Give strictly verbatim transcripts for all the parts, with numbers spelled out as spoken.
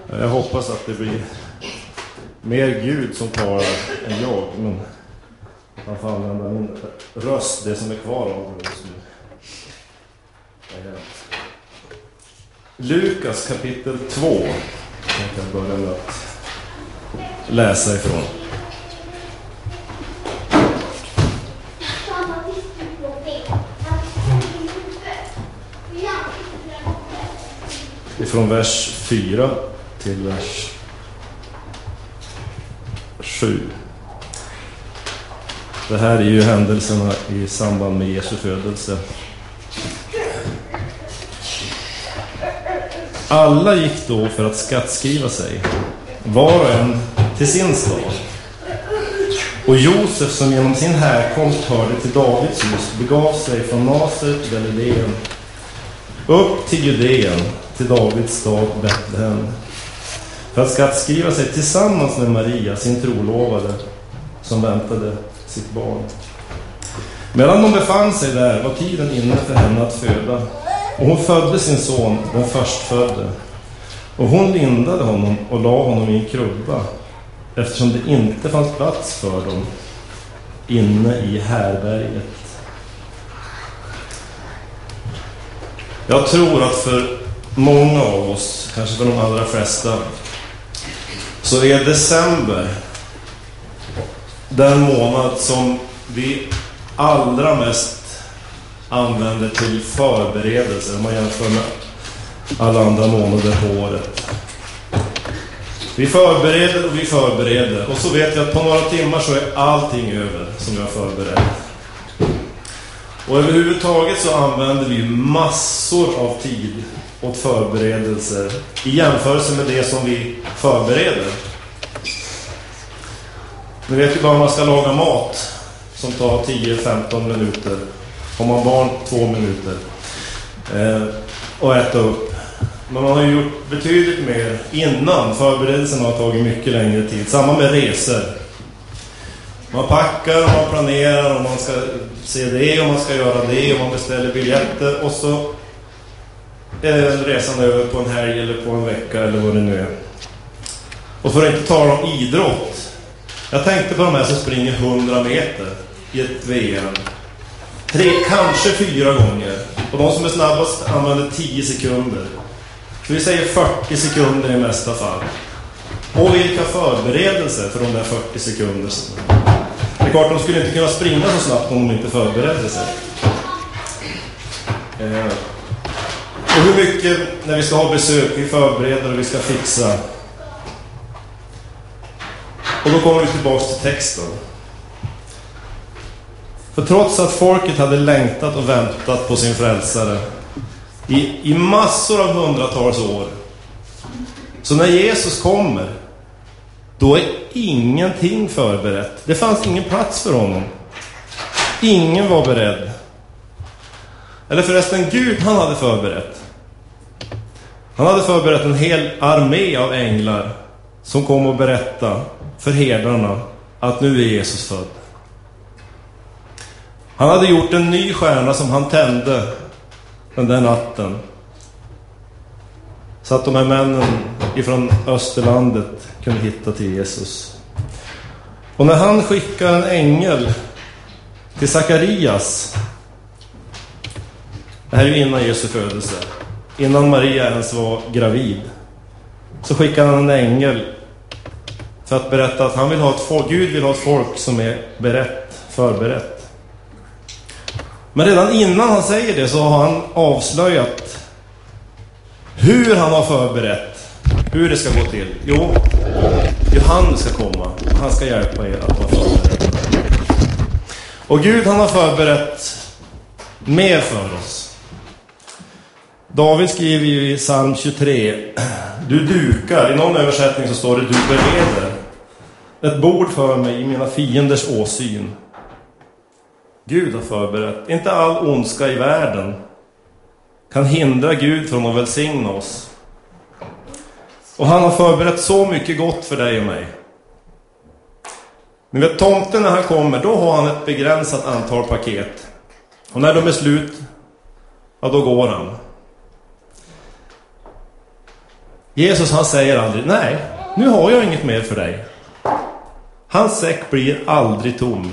Jag hoppas att det blir mer Gud som talar än jag, men man får använda min röst, det som är kvar av det just nu. Lukas kapitel två. Jag kan börja med att läsa ifrån. Ifrån vers fyra till vers sju. Det här är ju händelserna i samband med Jesu födelse. Alla gick då för att skattskriva sig, var och en till sin stad. Och Josef, som genom sin härkomst hörde till Davids hus, begav sig från Nasaret till Galileen upp till Judeen, till Davids stad Betlehem, för att skattskriva sig tillsammans med Maria, sin trolovade, som väntade sitt barn. Medan de befann sig där var tiden inne för henne att föda, och hon födde sin son, den förstfödde. Och hon lindade honom och la honom i en krubba, eftersom det inte fanns plats för dem inne i härberget. Jag tror att för många av oss, kanske för de allra flesta, så är december den månad som vi allra mest använder till förberedelser om man jämför med alla andra månader på året. Vi förbereder och vi förbereder, och så vet jag att på några timmar så är allting över som jag har förberett. Och överhuvudtaget så använder vi massor av tid åt förberedelser i jämförelse med det som vi förbereder. Ni vet ju bara om man ska laga mat som tar tio till femton minuter. Har man barn två minuter. Eh, och äta upp. Men man har ju gjort betydligt mer innan. Förberedelsen har tagit mycket längre tid. Samma med resor. Man packar och man planerar och man ska se det och man ska göra det och man beställer biljetter, och så är resan över på en helg eller på en vecka eller vad det nu är. Och för att inte tala om idrott. Jag tänkte på de här som springer hundra meter i ett V M. Tre, kanske fyra gånger. Och de som är snabbast använder tio sekunder. Så vi säger fyrtio sekunder i mesta fall. Och vilka förberedelser för de där fyrtio sekunderna. Det är klart, de skulle inte kunna springa så snabbt om de inte förberedde sig. Eh. Och hur mycket när vi ska ha besök, vi förbereder och vi ska fixa. Och då kommer vi tillbaka till texten. För trots att folket hade längtat och väntat på sin frälsare i, i massor av hundratals år, så när Jesus kommer, då är ingenting förberett. Det fanns ingen plats för honom. Ingen var beredd. Eller förresten, Gud, han hade förberett. Han hade förberett en hel armé av änglar som kom och berätta för herdarna att nu är Jesus född. Han hade gjort en ny stjärna som han tände den där natten, så att de här männen ifrån Österlandet kunde hitta till Jesus. Och när han skickar en ängel till Sakarias, det här är ju innan Jesu födelse, innan Maria ens var gravid, så skickar han en ängel för att berätta att han vill ha ett folk, Gud vill ha ett folk som är berett, förberett. Men redan innan han säger det så har han avslöjat hur han har förberett, hur det ska gå till. Jo, Johannes ska komma. Han ska hjälpa er att vara förberett. Och Gud, han har förberett mer för oss. David skriver ju i psalm tjugotre: du dukar, i någon översättning så står det du bereder ett bord för mig i mina fienders åsyn. Gud har förberett. Inte all ondska i världen kan hindra Gud från att välsigna oss. Och han har förberett så mycket gott för dig och mig. Ni vet, tomten när han kommer, då har han ett begränsat antal paket. Och när de är slut, ja, då går han. Jesus han säger aldrig, nej, nu har jag inget mer för dig. Hans säck blir aldrig tom.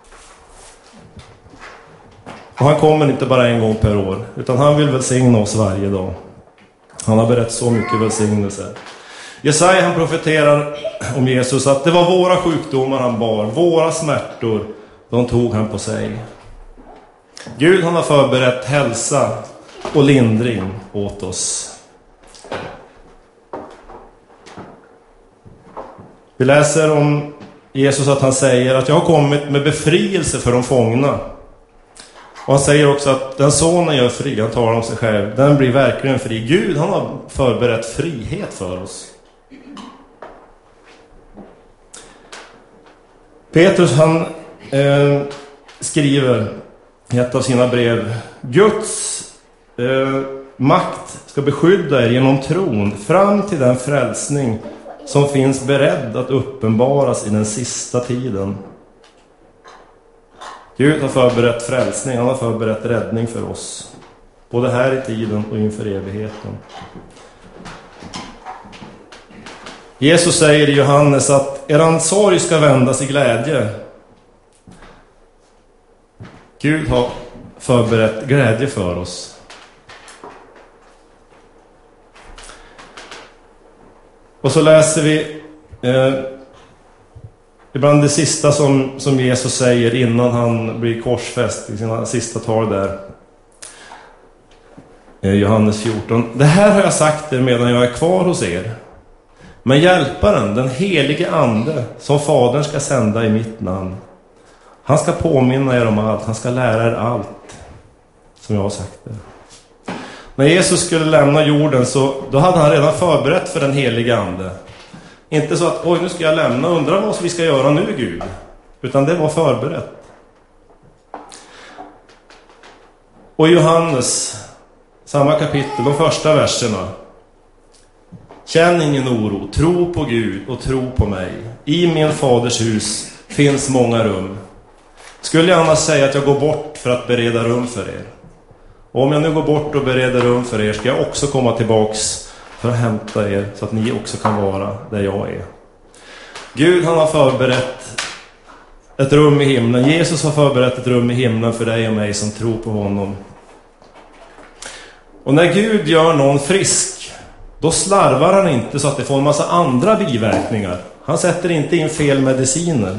Och han kommer inte bara en gång per år, utan han vill välsigna oss varje dag. Han har berättat så mycket välsignelse. Jesaja han profeterar om Jesus att det var våra sjukdomar han bar, våra smärtor, de tog han på sig. Gud han har förberett hälsa och lindring åt oss. Vi läser om Jesus att han säger att jag har kommit med befrielse för de fångna. Och han säger också att den sonen gör fri, han talar om sig själv, den blir verkligen fri. Gud han har förberett frihet för oss. Petrus han eh, skriver i ett av sina brev: Guds eh, makt ska beskydda er genom tron fram till den frälsning som finns beredd att uppenbaras i den sista tiden. Gud har förberett frälsning, han har förberett räddning för oss, både här i tiden och inför evigheten. Jesus säger i Johannes att eran sorg ska vändas i glädje. Gud har förberett glädje för oss. Och så läser vi eh, ibland det sista som, som Jesus säger innan han blir korsfäst i sina sista tal där. Eh, Johannes fjorton. Det här har jag sagt er medan jag är kvar hos er. Men hjälparen, den helige ande, som Fadern ska sända i mitt namn, han ska påminna er om allt, han ska lära er allt som jag har sagt er. När Jesus skulle lämna jorden så då hade han redan förberett för den helige ande. Inte så att, oj nu ska jag lämna, undrar vad vi ska göra nu Gud. Utan det var förberett. Och i Johannes, samma kapitel, de första verserna. Känn ingen oro, tro på Gud och tro på mig. I min faders hus finns många rum. Skulle jag annars säga att jag går bort för att bereda rum för er? Och om jag nu går bort och bereder rum för er ska jag också komma tillbaks för att hämta er så att ni också kan vara där jag är. Gud han har förberett ett rum i himlen. Jesus har förberett ett rum i himlen för dig och mig som tror på honom. Och när Gud gör någon frisk, då slarvar han inte så att det får en massa andra biverkningar. Han sätter inte in fel mediciner.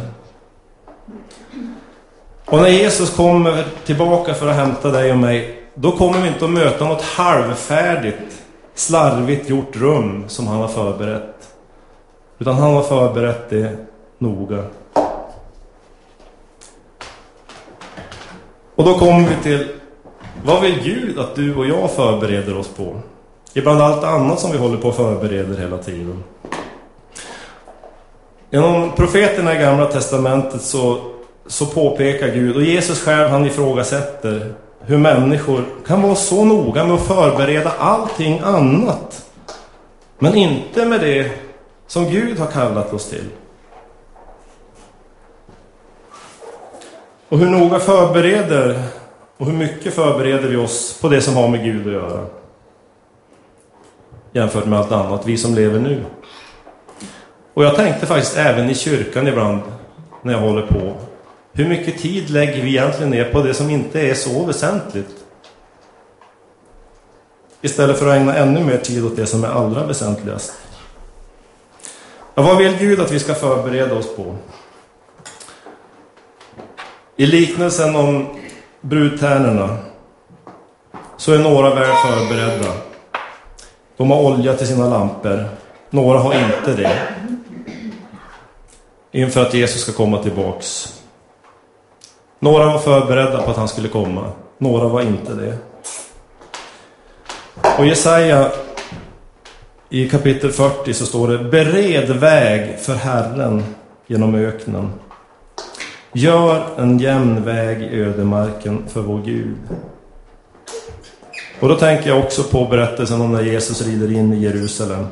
Och när Jesus kommer tillbaka för att hämta dig och mig, då kommer vi inte att möta något halvfärdigt, slarvigt gjort rum som han har förberett. Utan han har förberett det noga. Och då kommer vi till, vad vill Gud att du och jag förbereder oss på? Ibland allt annat som vi håller på att förbereder hela tiden. Genom profeterna i Gamla testamentet så, så påpekar Gud, och Jesus själv han ifrågasätter hur människor kan vara så noga med att förbereda allting annat, men inte med det som Gud har kallat oss till. Och hur noga förbereder och hur mycket förbereder vi oss på det som har med Gud att göra? Jämfört med allt annat, vi som lever nu. Och jag tänkte faktiskt även i kyrkan ibland när jag håller på. Hur mycket tid lägger vi egentligen ner på det som inte är så väsentligt? Istället för att ägna ännu mer tid åt det som är allra väsentligast. Ja, vad vill Gud att vi ska förbereda oss på? I liknelsen om brudtärnorna så är några väl förberedda. De har olja till sina lampor. Några har inte det. Inför att Jesus ska komma tillbaks. Några var förberedda på att han skulle komma. Några var inte det. Och Jesaja i kapitel fyrtio så står det: bered väg för Herren genom öknen. Gör en jämn väg i ödemarken för vår Gud. Och då tänker jag också på berättelsen om när Jesus rider in i Jerusalem.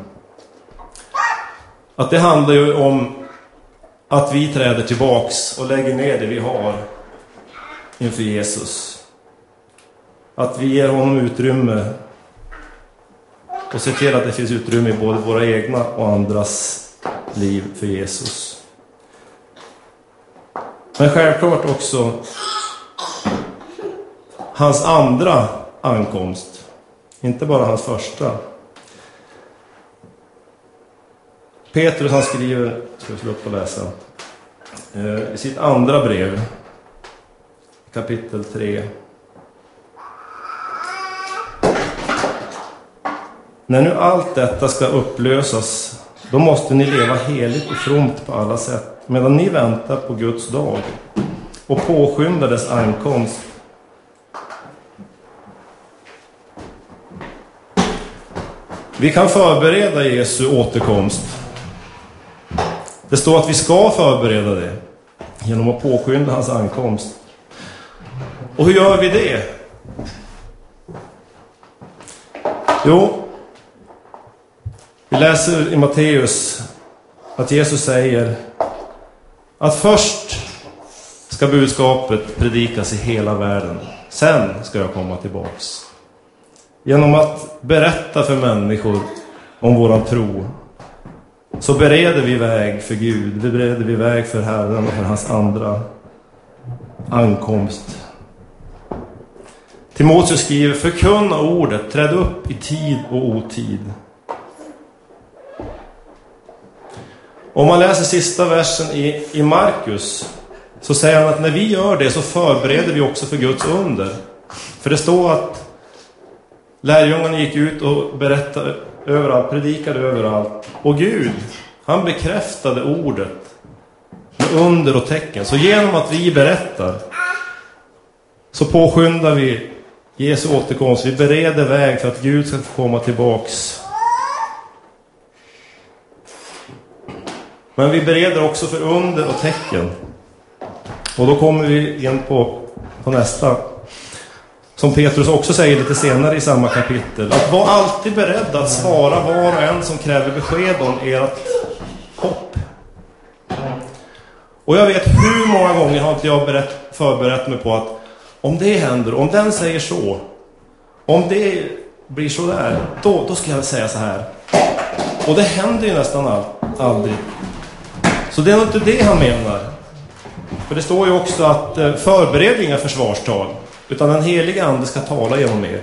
Att det handlar ju om att vi träder tillbaks och lägger ner det vi har inför Jesus. Att vi ger honom utrymme och se till att det finns utrymme i både våra egna och andras liv för Jesus. Men självklart också hans andra ankomst, inte bara hans första. Petrus han skriver, ska vi slå upp och läsa, i sitt andra brev, kapitel tre. När nu allt detta ska upplösas, då måste ni leva heligt och fromt på alla sätt, medan ni väntar på Guds dag och påskyndar dess ankomst. Vi kan förbereda Jesu återkomst. Det står att vi ska förbereda det genom att påskynda hans ankomst. Och hur gör vi det? Jo, vi läser i Matteus att Jesus säger att först ska budskapet predikas i hela världen. Sen ska jag komma tillbaks. Genom att berätta för människor om våran tro, så bereder vi väg för Gud. Vi bereder vi väg för Herren och för hans andra ankomst. Timoteus skriver: förkunna ordet, träd upp i tid och otid. Om man läser sista versen i, i Markus, så säger han att när vi gör det så förbereder vi också för Guds under. För det står att lärjungarna gick ut och berättade överallt, predikade överallt. Och Gud, han bekräftade ordet med under och tecken. Så genom att vi berättar, så påskyndar vi Jesu återkomst. Vi bereder väg för att Gud ska få komma tillbaks. Men vi bereder också för under och tecken. Och då kommer vi in på, på nästa. Som Petrus också säger lite senare i samma kapitel. Att vara alltid beredd att svara var och en som kräver besked om ert hopp. Och jag vet hur många gånger har inte jag berett, förberett mig på att om det händer, om den säger så, om det blir så där, då, då ska jag säga så här. Och det händer ju nästan all, aldrig. Så det är nog inte det han menar. För det står ju också att eh, förbered inga försvarstal, utan den heliga ande ska tala genom er.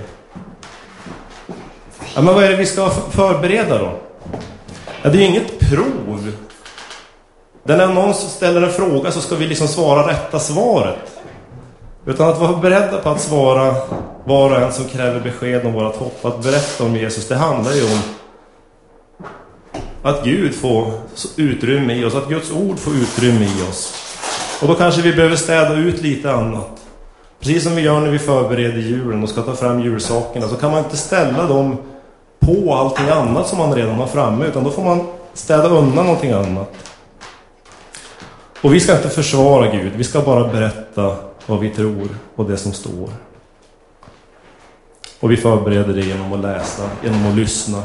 Ja, men vad är det vi ska förbereda då? Ja, det är ju inget prov. Där när någon ställer en fråga så ska vi liksom svara rätta svaret. Utan att vara beredda på att svara var och en som kräver besked om vårat hopp. Att berätta om Jesus, det handlar ju om att Gud får utrymme i oss. Att Guds ord får utrymme i oss. Och då kanske vi behöver städa ut lite annat. Precis som vi gör när vi förbereder julen och ska ta fram julsakerna, så kan man inte ställa dem på allting annat som man redan har framme, utan då får man städa undan någonting annat. Och vi ska inte försvara Gud, vi ska bara berätta vad vi tror och det som står. Och vi förbereder det genom att läsa, genom att lyssna.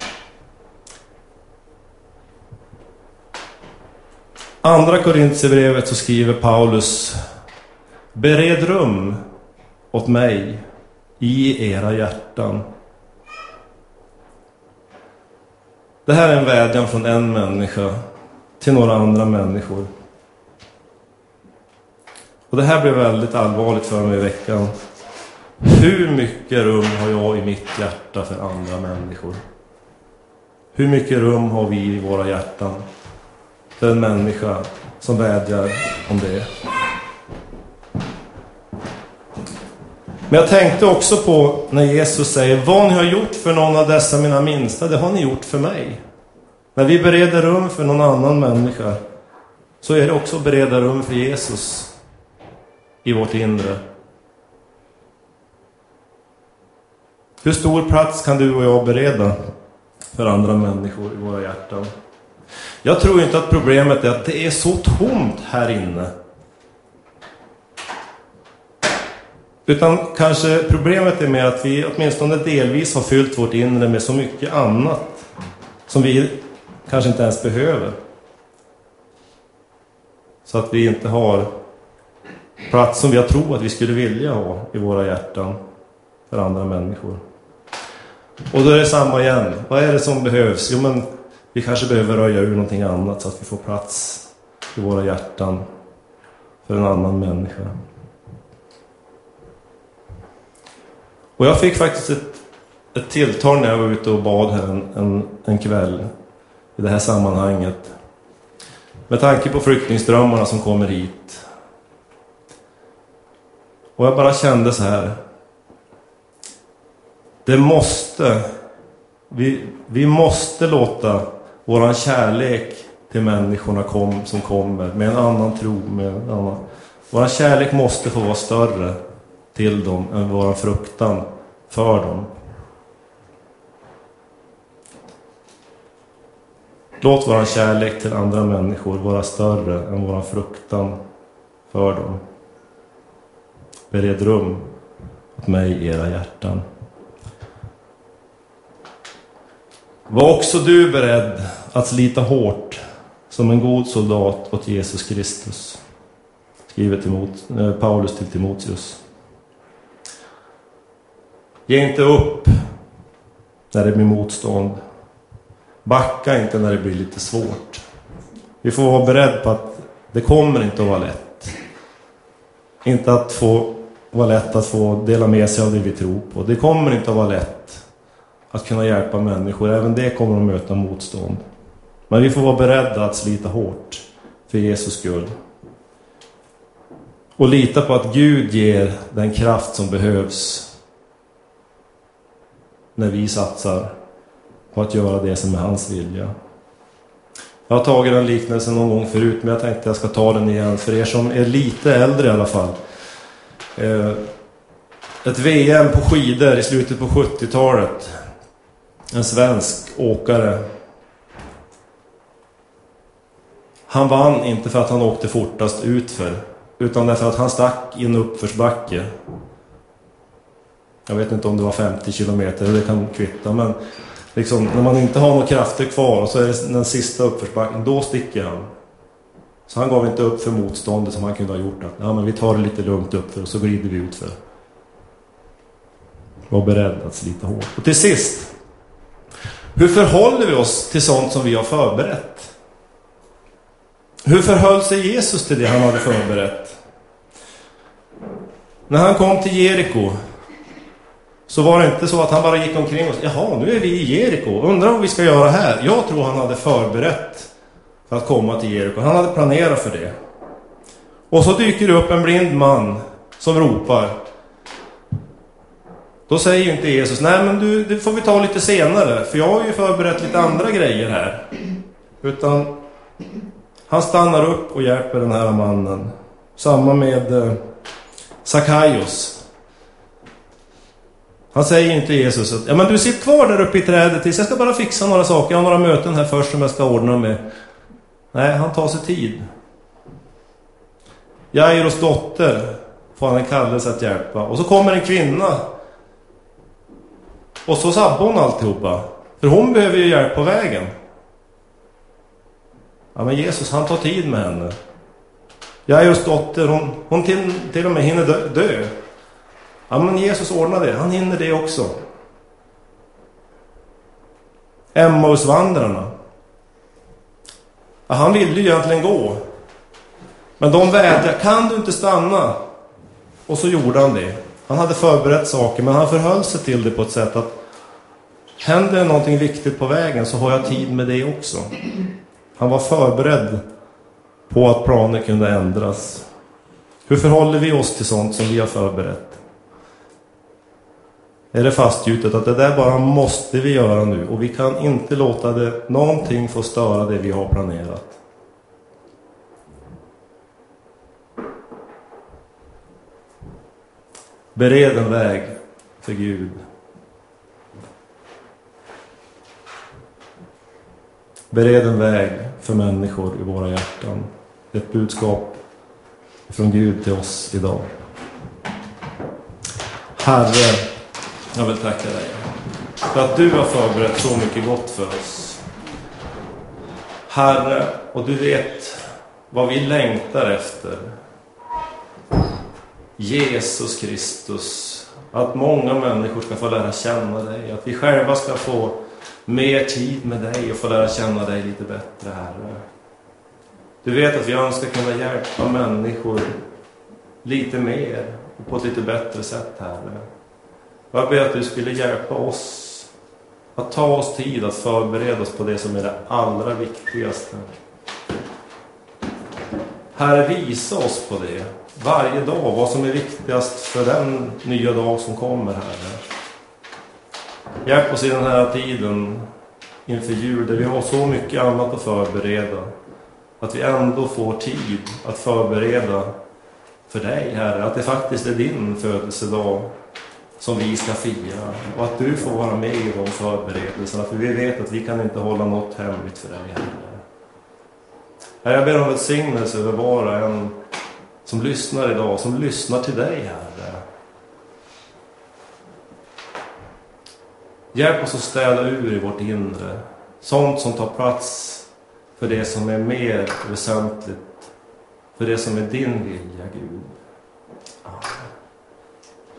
Andra Korinthierbrevet så skriver Paulus: bered rum åt mig i era hjärtan. Det här är en vädjan från en människa till några andra människor. Och det här blev väldigt allvarligt för mig i veckan. Hur mycket rum har jag i mitt hjärta för andra människor? Hur mycket rum har vi i våra hjärtan för en människa som vädjar om det? Men jag tänkte också på när Jesus säger: vad ni har gjort för någon av dessa mina minsta, det har ni gjort för mig. När vi bereder rum för någon annan människa, så är det också att bereda rum för Jesus i vårt inre. Hur stor plats kan du och jag bereda för andra människor i våra hjärtan? Jag tror inte att problemet är att det är så tomt här inne. Utan kanske problemet är med att vi åtminstone delvis har fyllt vårt inre med så mycket annat som vi kanske inte ens behöver. Så att vi inte har plats som vi tror att vi skulle vilja ha i våra hjärtan för andra människor. Och då är det samma igen. Vad är det som behövs? Jo, men vi kanske behöver röja ur någonting annat så att vi får plats i våra hjärtan för en annan människa. Och jag fick faktiskt ett, ett tilltal när jag var ute och bad här en, en, en kväll i det här sammanhanget. Med tanke på flyktingströmmarna som kommer hit. Och jag bara kände så här. Det måste, vi, vi måste låta våran kärlek till människorna kom, som kommer med en annan tro. Med en annan. Våran kärlek måste få vara större till dem än våran fruktan för dem. Låt våran kärlek till andra människor vara större än våran fruktan för dem. Bered rum åt mig i era hjärtan. Var också du beredd att slita hårt som en god soldat åt Jesus Kristus. Skriver Timot, eh, Paulus till Timoteus. Ge inte upp när det blir motstånd. Backa inte när det blir lite svårt. Vi får vara beredd på att det kommer inte att vara lätt. Inte att få vara lätt att få dela med sig av det vi tror på. Det kommer inte att vara lätt att kunna hjälpa människor. Även det kommer att möta motstånd. Men vi får vara beredda att slita hårt för Jesus skull. Och lita på att Gud ger den kraft som behövs när vi satsar på att göra det som är hans vilja. Jag har tagit den liknelsen någon gång förut, men jag tänkte att jag ska ta den igen för er som är lite äldre i alla fall. Ett V M på skidor i slutet på sjuttiotalet. En svensk åkare. Han vann inte för att han åkte fortast utför, utan därför att han stack i en uppförsbacke. Jag vet inte om det var femtio kilometer, det kan kvitta, men liksom, när man inte har några krafter kvar och så är det den sista uppförsbacken, då sticker han. Så han gav inte upp för motståndet som han kunde ha gjort. Att, ja, men vi tar det lite lugnt upp för och så glider vi ut för. Var beredd att slita hårt. Och till sist, hur förhåller vi oss till sånt som vi har förberett? Hur förhöll sig Jesus till det han hade förberett? När han kom till Jeriko så var det inte så att han bara gick omkring och sa, jaha, nu är vi i Jeriko. Undrar vad vi ska göra här. Jag tror han hade förberett för att komma till Jeriko. Han hade planerat för det. Och så dyker det upp en blind man som ropar. Då säger ju inte Jesus, nej men du, det får vi ta lite senare. För jag har ju förberett lite andra grejer här. Utan han stannar upp och hjälper den här mannen. Samma med eh, Sackaios. Han säger inte Jesus att, ja men du sitter kvar där uppe i trädet tills jag ska bara fixa några saker. Jag har några möten här först som jag ska ordna med. Nej, han tar sig tid. Jairos dotter får han en kallelse att hjälpa. Och så kommer en kvinna. Och så sabbar hon alltihopa. För hon behöver ju hjälp på vägen. Ja men Jesus, han tar tid med henne. Jairos dotter, hon, hon till, till och med hinner dö. dö. Ja men Jesus ordnar det, han hinner det också. Emmausvandrarna. Ja, han ville ju egentligen gå. Men de vädjade, kan du inte stanna? Och så gjorde han det. Han hade förberett saker, men han förhöll sig till det på ett sätt att händer det någonting viktigt på vägen så har jag tid med det också. Han var förberedd på att planer kunde ändras. Hur förhåller vi oss till sånt som vi har förberett? Är det fastgjutet att det där bara måste vi göra nu och vi kan inte låta det någonting få störa det vi har planerat? Bered en väg för Gud. Bered en väg för människor i våra hjärtan. Ett budskap från Gud till oss idag. Herre, jag vill tacka dig för att du har förberett så mycket gott för oss. Herre, och du vet vad vi längtar efter. Jesus Kristus, Att många människor ska få lära känna dig. Att vi själva ska få mer tid med dig och få lära känna dig lite bättre, Herre. Du vet att vi önskar kunna hjälpa människor lite mer och på ett lite bättre sätt, Herre. Jag ber att du skulle hjälpa oss att ta oss tid att förbereda oss på det som är det allra viktigaste. Herre, visa oss på det varje dag, vad som är viktigast för den nya dag som kommer, Herre. Hjälp oss i den här tiden inför jul, där vi har så mycket annat att förbereda, att vi ändå får tid att förbereda för dig, Herre, att det faktiskt är din födelsedag som vi ska fira, och att du får vara med i de förberedelserna, för vi vet att vi kan inte hålla något hemligt för dig, Herre. Herre, jag ber om välsignelse över var och en som lyssnar idag, som lyssnar till dig, Herre. Hjälp oss att städa ur i vårt inre sånt som tar plats för det som är mer väsentligt, för det som är din vilja, Gud.